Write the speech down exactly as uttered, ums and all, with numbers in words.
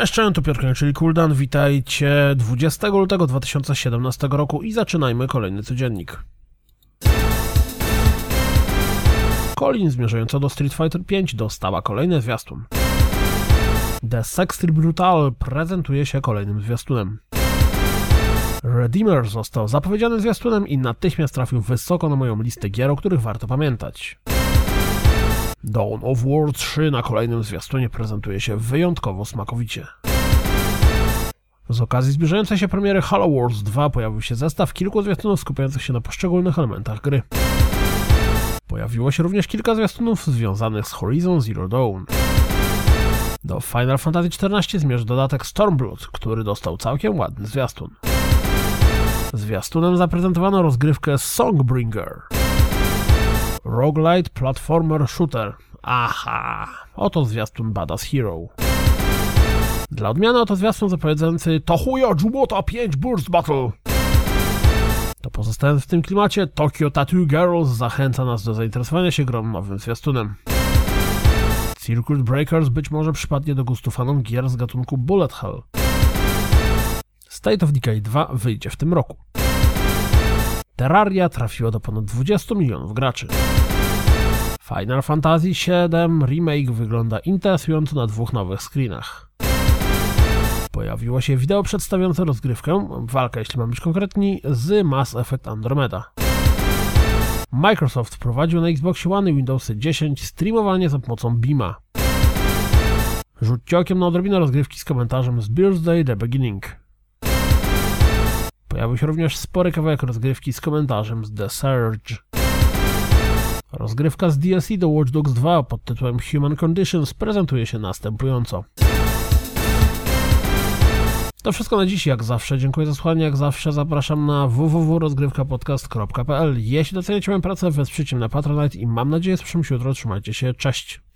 Cześć, cześć, tu Piotr, czyli Kuldan. Witajcie dwudziestego lutego dwa tysiące siedemnastego roku i zaczynajmy kolejny codziennik. Colin zmierzająca do Street Fighter pięć dostała kolejny zwiastun. The Sexy Brutal prezentuje się kolejnym zwiastunem. Redeemer został zapowiedziany zwiastunem i natychmiast trafił wysoko na moją listę gier, o których warto pamiętać. Dawn of War trzy na kolejnym zwiastunie prezentuje się wyjątkowo smakowicie. Z okazji zbliżającej się premiery Halo Wars dwa pojawił się zestaw kilku zwiastunów skupiających się na poszczególnych elementach gry. Pojawiło się również kilka zwiastunów związanych z Horizon Zero Dawn. Do Final Fantasy czternaście zmierzy dodatek Stormblood, który dostał całkiem ładny zwiastun. Zwiastunem zaprezentowano rozgrywkę Songbringer. Roguelite Platformer Shooter. Aha, oto zwiastun Badass Hero. Dla odmiany oto zwiastun zapowiadający Tohuya Jubota pięć Burst Battle. To pozostając w tym klimacie, Tokyo Tattoo Girls zachęca nas do zainteresowania się grą nowym zwiastunem. Circuit Breakers być może przypadnie do gustu fanom gier z gatunku Bullet Hell. State of Decay dwa wyjdzie w tym roku. Terraria trafiło do ponad dwudziestu milionów graczy. Final Fantasy siedem Remake wygląda interesująco na dwóch nowych screenach. Pojawiło się wideo przedstawiające rozgrywkę, walkę jeśli mam być konkretni, z Mass Effect Andromeda. Microsoft wprowadził na Xbox One i Windows dziesięć streamowanie za pomocą Beama. Rzućcie okiem na odrobinę rozgrywki z komentarzem z Birthday The Beginning. Pojawił się również spory kawałek rozgrywki z komentarzem z The Surge. Rozgrywka z D L C do Watch Dogs dwa pod tytułem Human Conditions prezentuje się następująco. To wszystko na dziś, jak zawsze. Dziękuję za słuchanie, jak zawsze zapraszam na w w w kropka rozgrywka podcast kropka p l. Jeśli doceniacie moją pracę, wesprzyjcie mnie na Patronite i mam nadzieję, że jutro. Trzymajcie się, cześć!